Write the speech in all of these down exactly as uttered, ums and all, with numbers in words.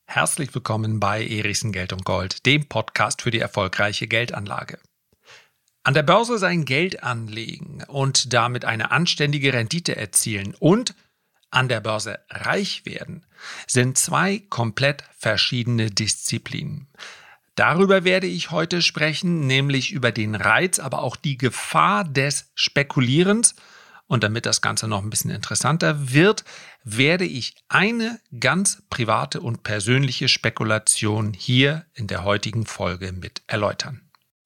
Herzlich willkommen bei Erichsen Geld und Gold, dem Podcast für die erfolgreiche Geldanlage. An der Börse sein Geld anlegen und damit eine anständige Rendite erzielen und an der Börse reich werden, sind zwei komplett verschiedene Disziplinen. Darüber werde ich heute sprechen, nämlich über den Reiz, aber auch die Gefahr des Spekulierens. Und damit das Ganze noch ein bisschen interessanter wird, werde ich eine ganz private und persönliche Spekulation hier in der heutigen Folge mit erläutern.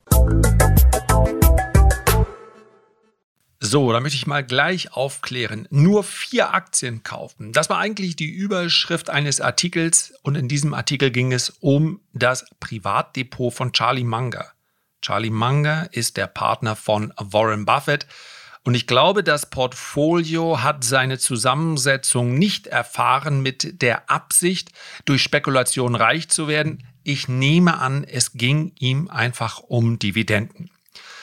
So, da möchte ich mal gleich aufklären. Nur vier Aktien kaufen. Das war eigentlich die Überschrift eines Artikels und in diesem Artikel ging es um das Privatdepot von Charlie Munger. Charlie Munger ist der Partner von Warren Buffett. Und ich glaube, das Portfolio hat seine Zusammensetzung nicht erfahren mit der Absicht, durch Spekulation reich zu werden. Ich nehme an, es ging ihm einfach um Dividenden.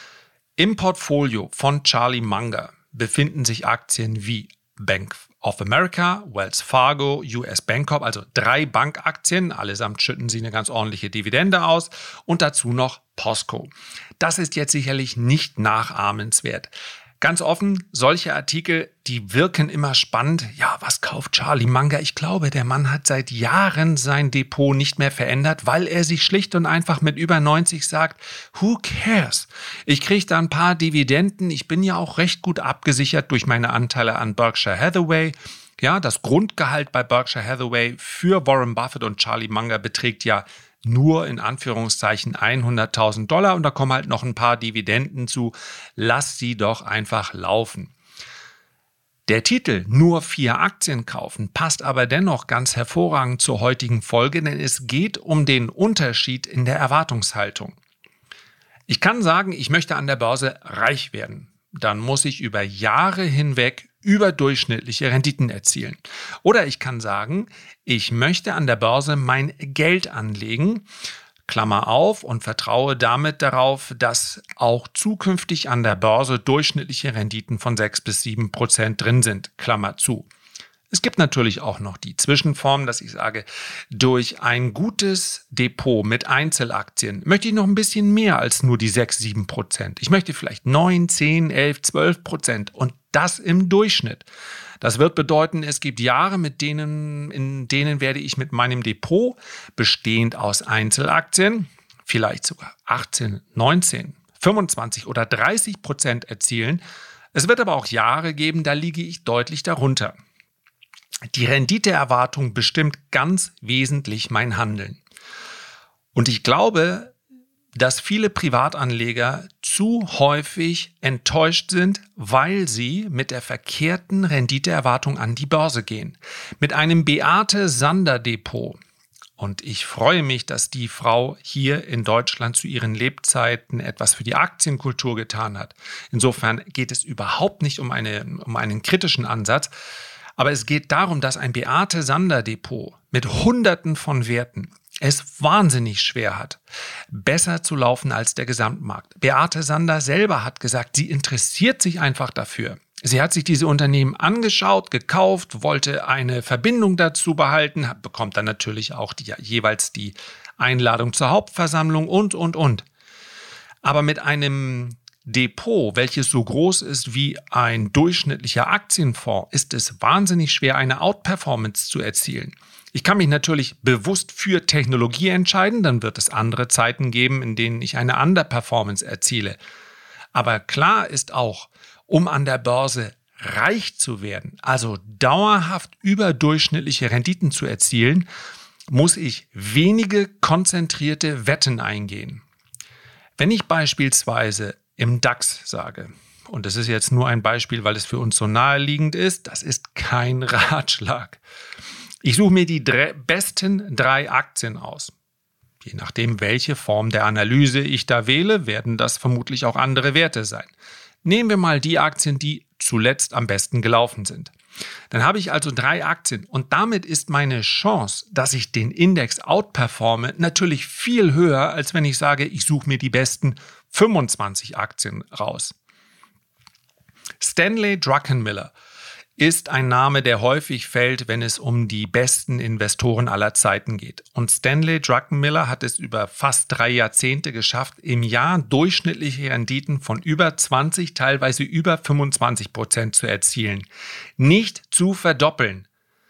Im Portfolio von Charlie Munger befinden sich Aktien wie Bank of America, Wells Fargo, U S Bancorp, also drei Bankaktien. Allesamt schütten sie eine ganz ordentliche Dividende aus und dazu noch POSCO. Das ist jetzt sicherlich nicht nachahmenswert. Ganz offen, solche Artikel, die wirken immer spannend. Ja, was kauft Charlie Munger? Ich glaube, der Mann hat seit Jahren sein Depot nicht mehr verändert, weil er sich schlicht und einfach mit über neunzig sagt, who cares? Ich kriege da ein paar Dividenden. Ich bin ja auch recht gut abgesichert durch meine Anteile an Berkshire Hathaway. Ja, das Grundgehalt bei Berkshire Hathaway für Warren Buffett und Charlie Munger beträgt ja nur in Anführungszeichen hunderttausend Dollar und da kommen halt noch ein paar Dividenden zu. Lass sie doch einfach laufen. Der Titel "Nur vier Aktien kaufen" passt aber dennoch ganz hervorragend zur heutigen Folge, denn es geht um den Unterschied in der Erwartungshaltung. Ich kann sagen, ich möchte an der Börse reich werden. Dann muss ich über Jahre hinweg überdurchschnittliche Renditen erzielen. Oder ich kann sagen, ich möchte an der Börse mein Geld anlegen, Klammer auf, und vertraue damit darauf, dass auch zukünftig an der Börse durchschnittliche Renditen von sechs bis sieben Prozent drin sind, Klammer zu. Es gibt natürlich auch noch die Zwischenform, dass ich sage, durch ein gutes Depot mit Einzelaktien möchte ich noch ein bisschen mehr als nur die sechs, sieben Prozent. Ich möchte vielleicht neun, zehn, elf, zwölf Prozent und das im Durchschnitt. Das wird bedeuten, es gibt Jahre, mit denen, in denen werde ich mit meinem Depot, bestehend aus Einzelaktien, vielleicht sogar achtzehn, neunzehn, fünfundzwanzig oder dreißig Prozent erzielen. Es wird aber auch Jahre geben, da liege ich deutlich darunter. Die Renditeerwartung bestimmt ganz wesentlich mein Handeln. Und ich glaube, dass viele Privatanleger zu häufig enttäuscht sind, weil sie mit der verkehrten Renditeerwartung an die Börse gehen. Mit einem Beate Sander Depot. Und ich freue mich, dass die Frau hier in Deutschland zu ihren Lebzeiten etwas für die Aktienkultur getan hat. Insofern geht es überhaupt nicht um, eine, um einen kritischen Ansatz. Aber es geht darum, dass ein Beate Sander Depot mit Hunderten von Werten es wahnsinnig schwer hat, besser zu laufen als der Gesamtmarkt. Beate Sander selber hat gesagt, sie interessiert sich einfach dafür. Sie hat sich diese Unternehmen angeschaut, gekauft, wollte eine Verbindung dazu behalten, bekommt dann natürlich auch die, jeweils die Einladung zur Hauptversammlung und, und, und. Aber mit einem Depot, welches so groß ist wie ein durchschnittlicher Aktienfonds, ist es wahnsinnig schwer, eine Outperformance zu erzielen. Ich kann mich natürlich bewusst für Technologie entscheiden, dann wird es andere Zeiten geben, in denen ich eine Underperformance erziele. Aber klar ist auch, um an der Börse reich zu werden, also dauerhaft überdurchschnittliche Renditen zu erzielen, muss ich wenige konzentrierte Wetten eingehen. Wenn ich beispielsweise im DAX sage, und das ist jetzt nur ein Beispiel, weil es für uns so naheliegend ist, das ist kein Ratschlag. Ich suche mir die drei, besten drei Aktien aus. Je nachdem, welche Form der Analyse ich da wähle, werden das vermutlich auch andere Werte sein. Nehmen wir mal die Aktien, die zuletzt am besten gelaufen sind. Dann habe ich also drei Aktien und damit ist meine Chance, dass ich den Index outperforme, natürlich viel höher, als wenn ich sage, ich suche mir die besten fünfundzwanzig Aktien raus. Stanley Druckenmiller ist ein Name, der häufig fällt, wenn es um die besten Investoren aller Zeiten geht. Und Stanley Druckenmiller hat es über fast drei Jahrzehnte geschafft, im Jahr durchschnittliche Renditen von über zwanzig, teilweise über fünfundzwanzig Prozent zu erzielen. Nicht zu verdoppeln.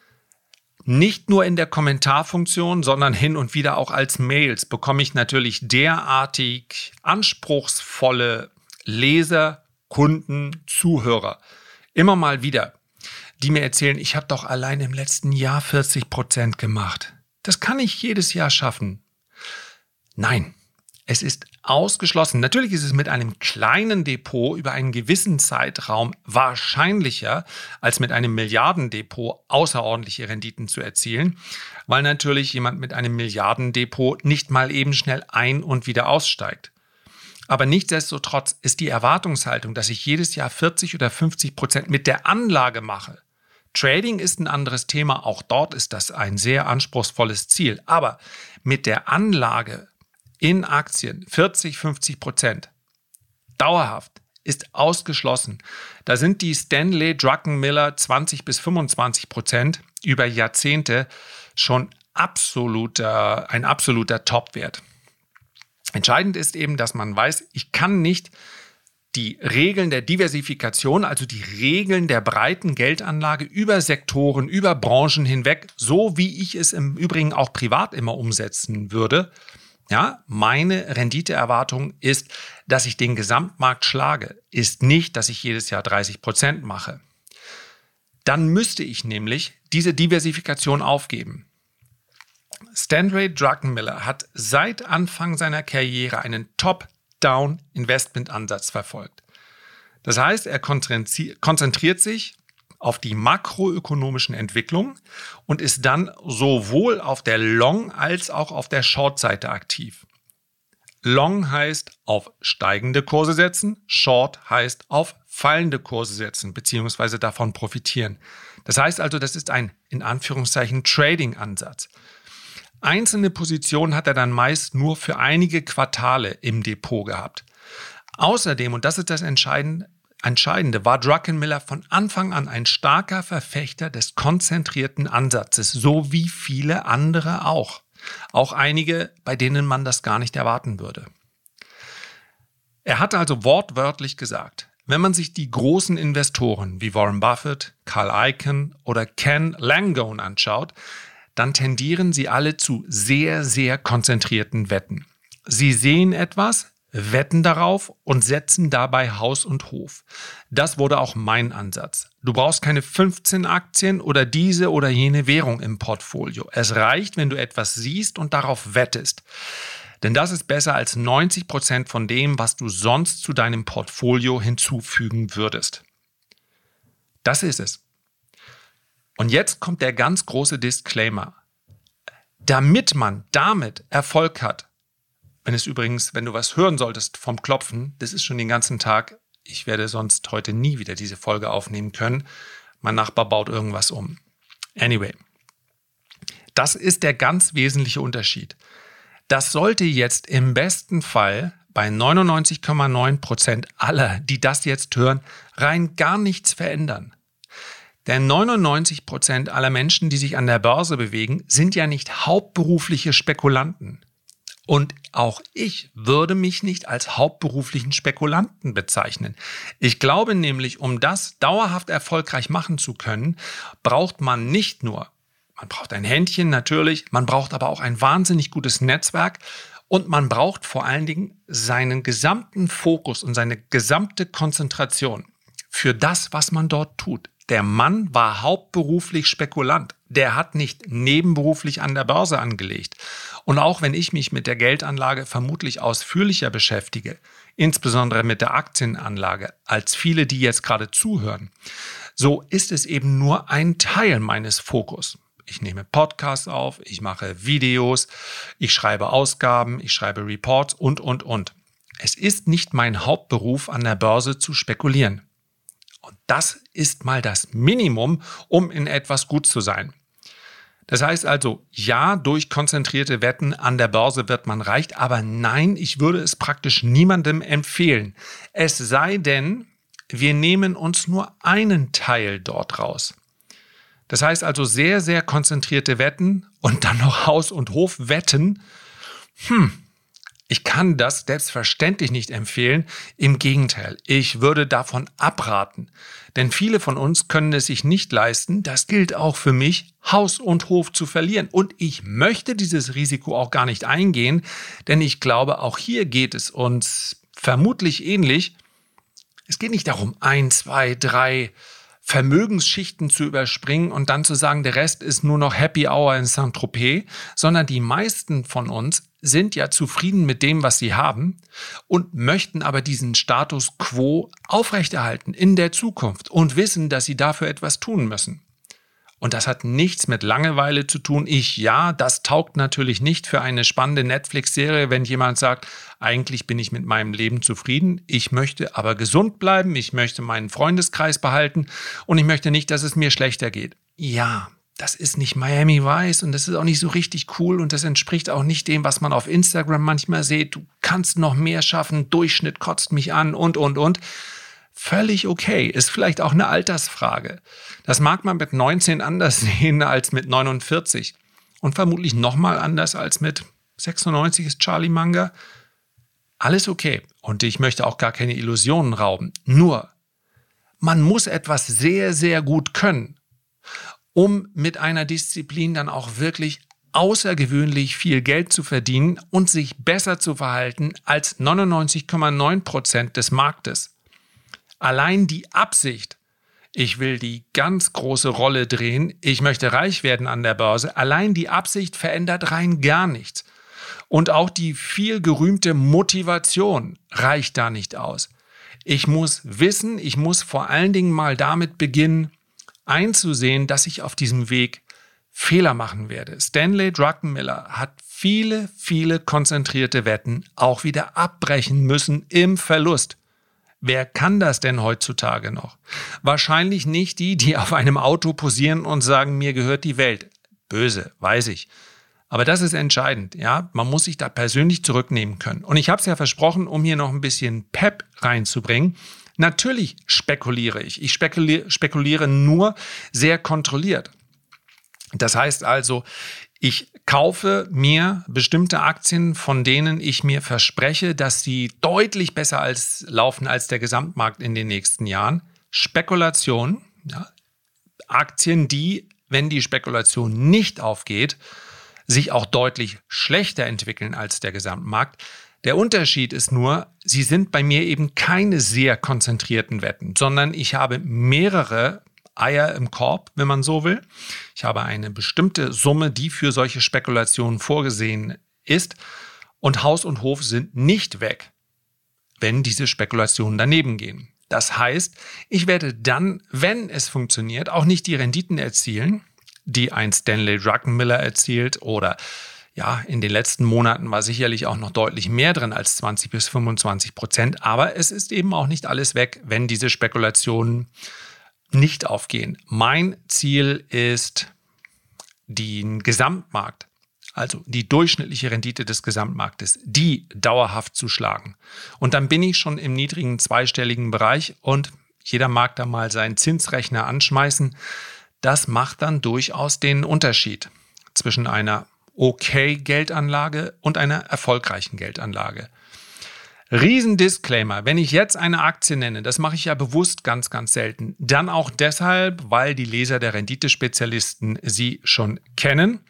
Nicht nur in der Kommentarfunktion, sondern hin und wieder auch als Mails bekomme ich natürlich derartig anspruchsvolle Leser, Kunden, Zuhörer. Immer mal wieder, die mir erzählen, ich habe doch allein im letzten Jahr vierzig Prozent gemacht. Das kann ich jedes Jahr schaffen. Nein, es ist ausgeschlossen. Natürlich ist es mit einem kleinen Depot über einen gewissen Zeitraum wahrscheinlicher, als mit einem Milliardendepot außerordentliche Renditen zu erzielen, weil natürlich jemand mit einem Milliardendepot nicht mal eben schnell ein- und wieder aussteigt. Aber nichtsdestotrotz ist die Erwartungshaltung, dass ich jedes Jahr vierzig oder fünfzig Prozent mit der Anlage mache. Trading ist ein anderes Thema, auch dort ist das ein sehr anspruchsvolles Ziel. Aber mit der Anlage in Aktien vierzig, fünfzig Prozent dauerhaft ist ausgeschlossen. Da sind die Stanley Druckenmiller zwanzig bis fünfundzwanzig Prozent über Jahrzehnte schon absoluter, ein absoluter Topwert. Entscheidend ist eben, dass man weiß, ich kann nicht die Regeln der Diversifikation, also die Regeln der breiten Geldanlage über Sektoren, über Branchen hinweg, so wie ich es im Übrigen auch privat immer umsetzen würde. Ja, meine Renditeerwartung ist, dass ich den Gesamtmarkt schlage, ist nicht, dass ich jedes Jahr dreißig Prozent mache. Dann müsste ich nämlich diese Diversifikation aufgeben. Stanley Druckenmiller hat seit Anfang seiner Karriere einen Top-Down-Investment-Ansatz verfolgt. Das heißt, er konzentriert sich auf die makroökonomischen Entwicklungen und ist dann sowohl auf der Long- als auch auf der Short-Seite aktiv. Long heißt auf steigende Kurse setzen, Short heißt auf fallende Kurse setzen bzw. davon profitieren. Das heißt also, das ist ein in Anführungszeichen Trading-Ansatz. Einzelne Positionen hat er dann meist nur für einige Quartale im Depot gehabt. Außerdem, und das ist das Entscheidende, Entscheidende, war Druckenmiller von Anfang an ein starker Verfechter des konzentrierten Ansatzes, so wie viele andere auch. Auch einige, bei denen man das gar nicht erwarten würde. Er hat also wortwörtlich gesagt, wenn man sich die großen Investoren wie Warren Buffett, Carl Icahn oder Ken Langone anschaut, dann tendieren sie alle zu sehr, sehr konzentrierten Wetten. Sie sehen etwas, wetten darauf und setzen dabei Haus und Hof. Das wurde auch mein Ansatz. Du brauchst keine fünfzehn Aktien oder diese oder jene Währung im Portfolio. Es reicht, wenn du etwas siehst und darauf wettest. Denn das ist besser als neunzig Prozent von dem, was du sonst zu deinem Portfolio hinzufügen würdest. Das ist es. Und jetzt kommt der ganz große Disclaimer. Damit man damit Erfolg hat, wenn es übrigens, wenn du was hören solltest vom Klopfen, das ist schon den ganzen Tag, ich werde sonst heute nie wieder diese Folge aufnehmen können. Mein Nachbar baut irgendwas um. Anyway, das ist der ganz wesentliche Unterschied. Das sollte jetzt im besten Fall bei neunundneunzig Komma neun Prozent aller, die das jetzt hören, rein gar nichts verändern. Denn neunundneunzig Prozent aller Menschen, die sich an der Börse bewegen, sind ja nicht hauptberufliche Spekulanten. Und auch ich würde mich nicht als hauptberuflichen Spekulanten bezeichnen. Ich glaube nämlich, um das dauerhaft erfolgreich machen zu können, braucht man nicht nur, man braucht ein Händchen natürlich, man braucht aber auch ein wahnsinnig gutes Netzwerk und man braucht vor allen Dingen seinen gesamten Fokus und seine gesamte Konzentration für das, was man dort tut. Der Mann war hauptberuflich Spekulant. Der hat nicht nebenberuflich an der Börse angelegt. Und auch wenn ich mich mit der Geldanlage vermutlich ausführlicher beschäftige, insbesondere mit der Aktienanlage, als viele, die jetzt gerade zuhören, so ist es eben nur ein Teil meines Fokus. Ich nehme Podcasts auf, ich mache Videos, ich schreibe Ausgaben, ich schreibe Reports und, und, und. Es ist nicht mein Hauptberuf, an der Börse zu spekulieren. Und das ist mal das Minimum, um in etwas gut zu sein. Das heißt also, ja, durch konzentrierte Wetten an der Börse wird man reich, aber nein, ich würde es praktisch niemandem empfehlen. Es sei denn, wir nehmen uns nur einen Teil dort raus. Das heißt also sehr, sehr konzentrierte Wetten und dann noch Haus- und Hofwetten. Hm, ich kann das selbstverständlich nicht empfehlen. Im Gegenteil, ich würde davon abraten. Denn viele von uns können es sich nicht leisten, das gilt auch für mich, Haus und Hof zu verlieren. Und ich möchte dieses Risiko auch gar nicht eingehen, denn ich glaube, auch hier geht es uns vermutlich ähnlich. Es geht nicht darum, ein, zwei, drei Vermögensschichten zu überspringen und dann zu sagen, der Rest ist nur noch Happy Hour in Saint-Tropez, sondern die meisten von uns sind ja zufrieden mit dem, was sie haben und möchten aber diesen Status quo aufrechterhalten in der Zukunft und wissen, dass sie dafür etwas tun müssen. Und das hat nichts mit Langeweile zu tun. Ich, ja, das taugt natürlich nicht für eine spannende Netflix-Serie, wenn jemand sagt, eigentlich bin ich mit meinem Leben zufrieden, ich möchte aber gesund bleiben, ich möchte meinen Freundeskreis behalten und ich möchte nicht, dass es mir schlechter geht. Ja, das ist nicht Miami Vice und das ist auch nicht so richtig cool und das entspricht auch nicht dem, was man auf Instagram manchmal sieht. Du kannst noch mehr schaffen, Durchschnitt kotzt mich an und, und, und. Völlig okay, ist vielleicht auch eine Altersfrage. Das mag man mit neunzehn anders sehen als mit neunundvierzig und vermutlich nochmal anders als mit sechsundneunzig ist Charlie Munger. Alles okay und ich möchte auch gar keine Illusionen rauben. Nur, man muss etwas sehr, sehr gut können, um mit einer Disziplin dann auch wirklich außergewöhnlich viel Geld zu verdienen und sich besser zu verhalten als neunundneunzig Komma neun Prozent des Marktes. Allein die Absicht, ich will die ganz große Rolle drehen, ich möchte reich werden an der Börse, allein die Absicht verändert rein gar nichts. Und auch die viel gerühmte Motivation reicht da nicht aus. Ich muss wissen, ich muss vor allen Dingen mal damit beginnen, einzusehen, dass ich auf diesem Weg Fehler machen werde. Stanley Druckenmiller hat viele, viele konzentrierte Wetten auch wieder abbrechen müssen im Verlust. Wer kann das denn heutzutage noch? Wahrscheinlich nicht die, die auf einem Auto posieren und sagen, mir gehört die Welt. Böse, weiß ich. Aber das ist entscheidend, ja. Man muss sich da persönlich zurücknehmen können. Und ich habe es ja versprochen, um hier noch ein bisschen Pep reinzubringen. Natürlich spekuliere ich. Ich spekuliere, spekuliere nur sehr kontrolliert. Das heißt also, ich kaufe mir bestimmte Aktien, von denen ich mir verspreche, dass sie deutlich besser als laufen als der Gesamtmarkt in den nächsten Jahren. Spekulation, ja, Aktien, die, wenn die Spekulation nicht aufgeht, sich auch deutlich schlechter entwickeln als der Gesamtmarkt. Der Unterschied ist nur, sie sind bei mir eben keine sehr konzentrierten Wetten, sondern ich habe mehrere Eier im Korb, wenn man so will. Ich habe eine bestimmte Summe, die für solche Spekulationen vorgesehen ist. Und Haus und Hof sind nicht weg, wenn diese Spekulationen daneben gehen. Das heißt, ich werde dann, wenn es funktioniert, auch nicht die Renditen erzielen, die ein Stanley Druckenmiller erzielt oder ja, in den letzten Monaten war sicherlich auch noch deutlich mehr drin als zwanzig bis fünfundzwanzig Prozent. Aber es ist eben auch nicht alles weg, wenn diese Spekulationen nicht aufgehen. Mein Ziel ist, den Gesamtmarkt, also die durchschnittliche Rendite des Gesamtmarktes, die dauerhaft zu schlagen. Und dann bin ich schon im niedrigen zweistelligen Bereich und jeder mag da mal seinen Zinsrechner anschmeißen. Das macht dann durchaus den Unterschied zwischen einer okay Geldanlage und einer erfolgreichen Geldanlage. Riesendisclaimer, wenn ich jetzt eine Aktie nenne, das mache ich ja bewusst ganz, ganz selten. Dann auch deshalb, weil die Leser der Renditespezialisten sie schon kennen.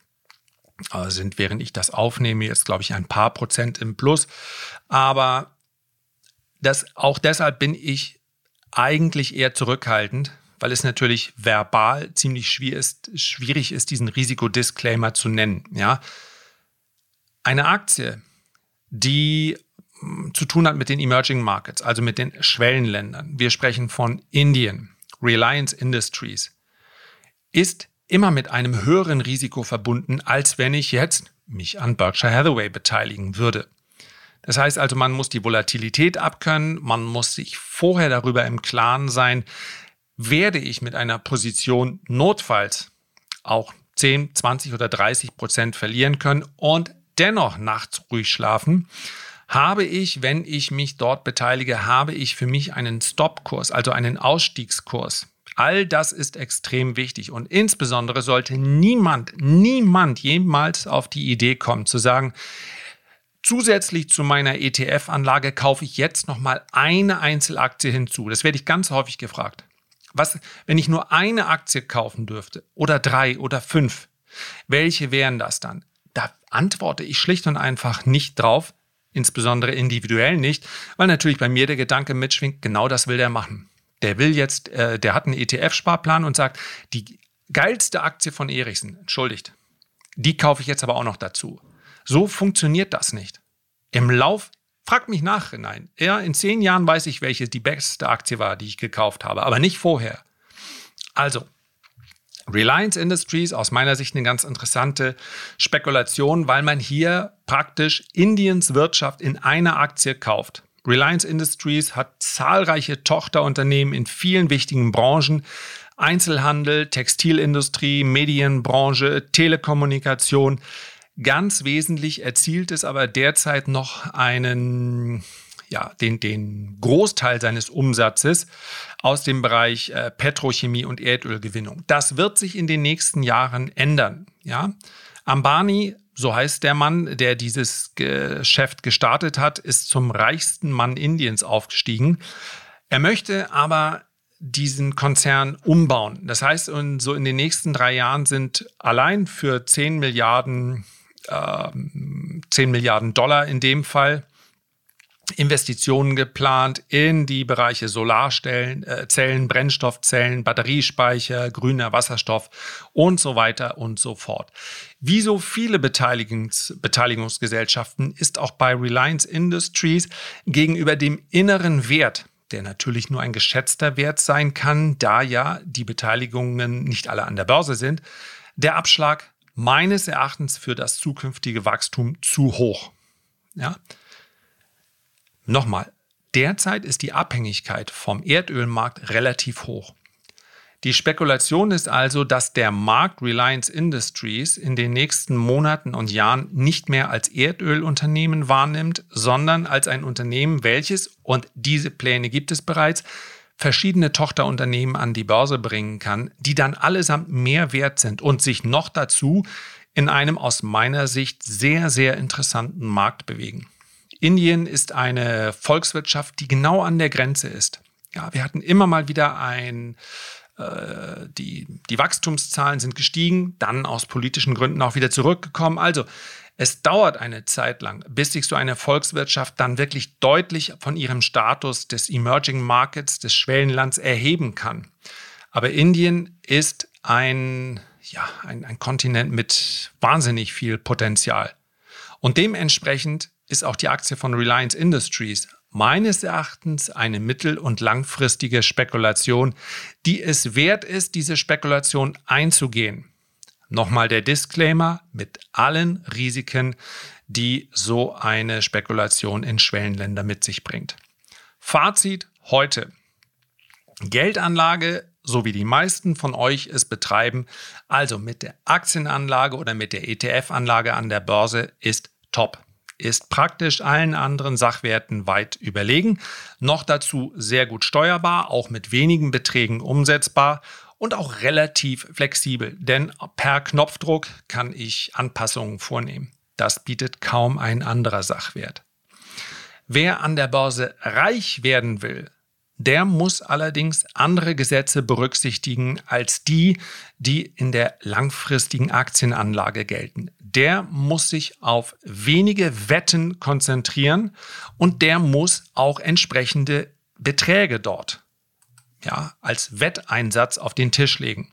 Also sind, während ich das aufnehme, jetzt glaube ich ein paar Prozent im Plus. Aber das, auch deshalb bin ich eigentlich eher zurückhaltend, weil es natürlich verbal ziemlich schwierig ist, schwierig ist, diesen Risikodisclaimer zu nennen. Ja? Eine Aktie, die zu tun hat mit den Emerging Markets, also mit den Schwellenländern. Wir sprechen von Indien, Reliance Industries, ist immer mit einem höheren Risiko verbunden, als wenn ich jetzt mich an Berkshire Hathaway beteiligen würde. Das heißt also, man muss die Volatilität abkönnen, man muss sich vorher darüber im Klaren sein, werde ich mit einer Position notfalls auch zehn, zwanzig oder dreißig Prozent verlieren können und dennoch nachts ruhig schlafen. Habe ich, wenn ich mich dort beteilige, habe ich für mich einen Stop-Kurs, also einen Ausstiegskurs. All das ist extrem wichtig und insbesondere sollte niemand, niemand jemals auf die Idee kommen zu sagen, zusätzlich zu meiner E T F-Anlage kaufe ich jetzt nochmal eine Einzelaktie hinzu. Das werde ich ganz häufig gefragt. Was, wenn ich nur eine Aktie kaufen dürfte oder drei oder fünf, welche wären das dann? Da antworte ich schlicht und einfach nicht drauf. Insbesondere individuell nicht, weil natürlich bei mir der Gedanke mitschwingt, genau das will der machen. Der will jetzt, äh, der hat einen E T F-Sparplan und sagt, die geilste Aktie von Ericsson, entschuldigt, die kaufe ich jetzt aber auch noch dazu. So funktioniert das nicht. Im Lauf, frag mich nach, nein, ja, in zehn Jahren weiß ich, welche die beste Aktie war, die ich gekauft habe, aber nicht vorher. Also, Reliance Industries, aus meiner Sicht eine ganz interessante Spekulation, weil man hier praktisch Indiens Wirtschaft in einer Aktie kauft. Reliance Industries hat zahlreiche Tochterunternehmen in vielen wichtigen Branchen, Einzelhandel, Textilindustrie, Medienbranche, Telekommunikation. Ganz wesentlich erzielt es aber derzeit noch einen... Ja, den, den Großteil seines Umsatzes aus dem Bereich äh, Petrochemie und Erdölgewinnung. Das wird sich in den nächsten Jahren ändern. Ja? Ambani, so heißt der Mann, der dieses Geschäft gestartet hat, ist zum reichsten Mann Indiens aufgestiegen. Er möchte aber diesen Konzern umbauen. Das heißt, so in den nächsten drei Jahren sind allein für zehn Milliarden, äh, zehn Milliarden Dollar in dem Fall, Investitionen geplant in die Bereiche Solarzellen, äh, Zellen, Brennstoffzellen, Batteriespeicher, grüner Wasserstoff und so weiter und so fort. Wie so viele Beteiligungs- Beteiligungsgesellschaften ist auch bei Reliance Industries gegenüber dem inneren Wert, der natürlich nur ein geschätzter Wert sein kann, da ja die Beteiligungen nicht alle an der Börse sind, der Abschlag meines Erachtens für das zukünftige Wachstum zu hoch. Ja. Nochmal, derzeit ist die Abhängigkeit vom Erdölmarkt relativ hoch. Die Spekulation ist also, dass der Markt Reliance Industries in den nächsten Monaten und Jahren nicht mehr als Erdölunternehmen wahrnimmt, sondern als ein Unternehmen, welches, und diese Pläne gibt es bereits, verschiedene Tochterunternehmen an die Börse bringen kann, die dann allesamt mehr wert sind und sich noch dazu in einem aus meiner Sicht sehr, sehr interessanten Markt bewegen. Indien ist eine Volkswirtschaft, die genau an der Grenze ist. Ja, wir hatten immer mal wieder ein, äh, die, die Wachstumszahlen sind gestiegen, dann aus politischen Gründen auch wieder zurückgekommen. Also es dauert eine Zeit lang, bis sich so eine Volkswirtschaft dann wirklich deutlich von ihrem Status des Emerging Markets, des Schwellenlands erheben kann. Aber Indien ist ein, ja, ein, ein Kontinent mit wahnsinnig viel Potenzial. Und dementsprechend ist auch die Aktie von Reliance Industries meines Erachtens eine mittel- und langfristige Spekulation, die es wert ist, diese Spekulation einzugehen. Nochmal der Disclaimer mit allen Risiken, die so eine Spekulation in Schwellenländer mit sich bringt. Fazit heute. Geldanlage, so wie die meisten von euch es betreiben, also mit der Aktienanlage oder mit der E T F-Anlage an der Börse, ist top. Ist praktisch allen anderen Sachwerten weit überlegen, noch dazu sehr gut steuerbar, auch mit wenigen Beträgen umsetzbar und auch relativ flexibel, denn per Knopfdruck kann ich Anpassungen vornehmen. Das bietet kaum ein anderer Sachwert. Wer an der Börse reich werden will, der muss allerdings andere Gesetze berücksichtigen als die, die in der langfristigen Aktienanlage gelten. Der muss sich auf wenige Wetten konzentrieren und der muss auch entsprechende Beträge dort, ja, als Wetteinsatz auf den Tisch legen.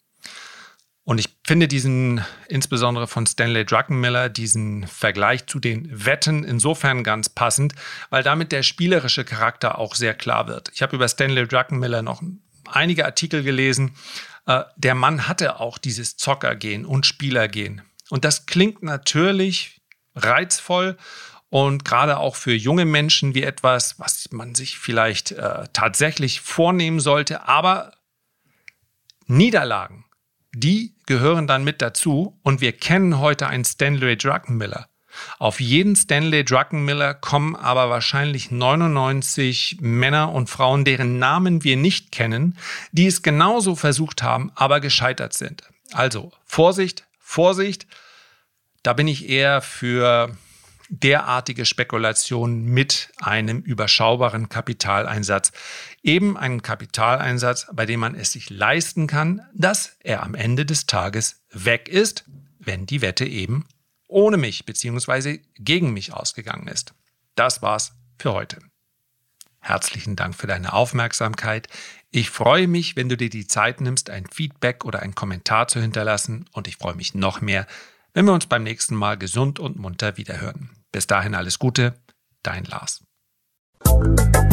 Und ich finde diesen, insbesondere von Stanley Druckenmiller, diesen Vergleich zu den Wetten insofern ganz passend, weil damit der spielerische Charakter auch sehr klar wird. Ich habe über Stanley Druckenmiller noch einige Artikel gelesen. Äh, der Mann hatte auch dieses Zockergehen und Spielergehen. Und das klingt natürlich reizvoll und gerade auch für junge Menschen wie etwas, was man sich vielleicht äh, tatsächlich vornehmen sollte. Aber Niederlagen, die gehören dann mit dazu und wir kennen heute einen Stanley Druckenmiller. Auf jeden Stanley Druckenmiller kommen aber wahrscheinlich neunundneunzig Männer und Frauen, deren Namen wir nicht kennen, die es genauso versucht haben, aber gescheitert sind. Also Vorsicht, Vorsicht, da bin ich eher für derartige Spekulationen mit einem überschaubaren Kapitaleinsatz. Eben einen Kapitaleinsatz, bei dem man es sich leisten kann, dass er am Ende des Tages weg ist, wenn die Wette eben ohne mich bzw. gegen mich ausgegangen ist. Das war's für heute. Herzlichen Dank für deine Aufmerksamkeit. Ich freue mich, wenn du dir die Zeit nimmst, ein Feedback oder einen Kommentar zu hinterlassen, und ich freue mich noch mehr, wenn wir uns beim nächsten Mal gesund und munter wiederhören. Bis dahin alles Gute, dein Lars.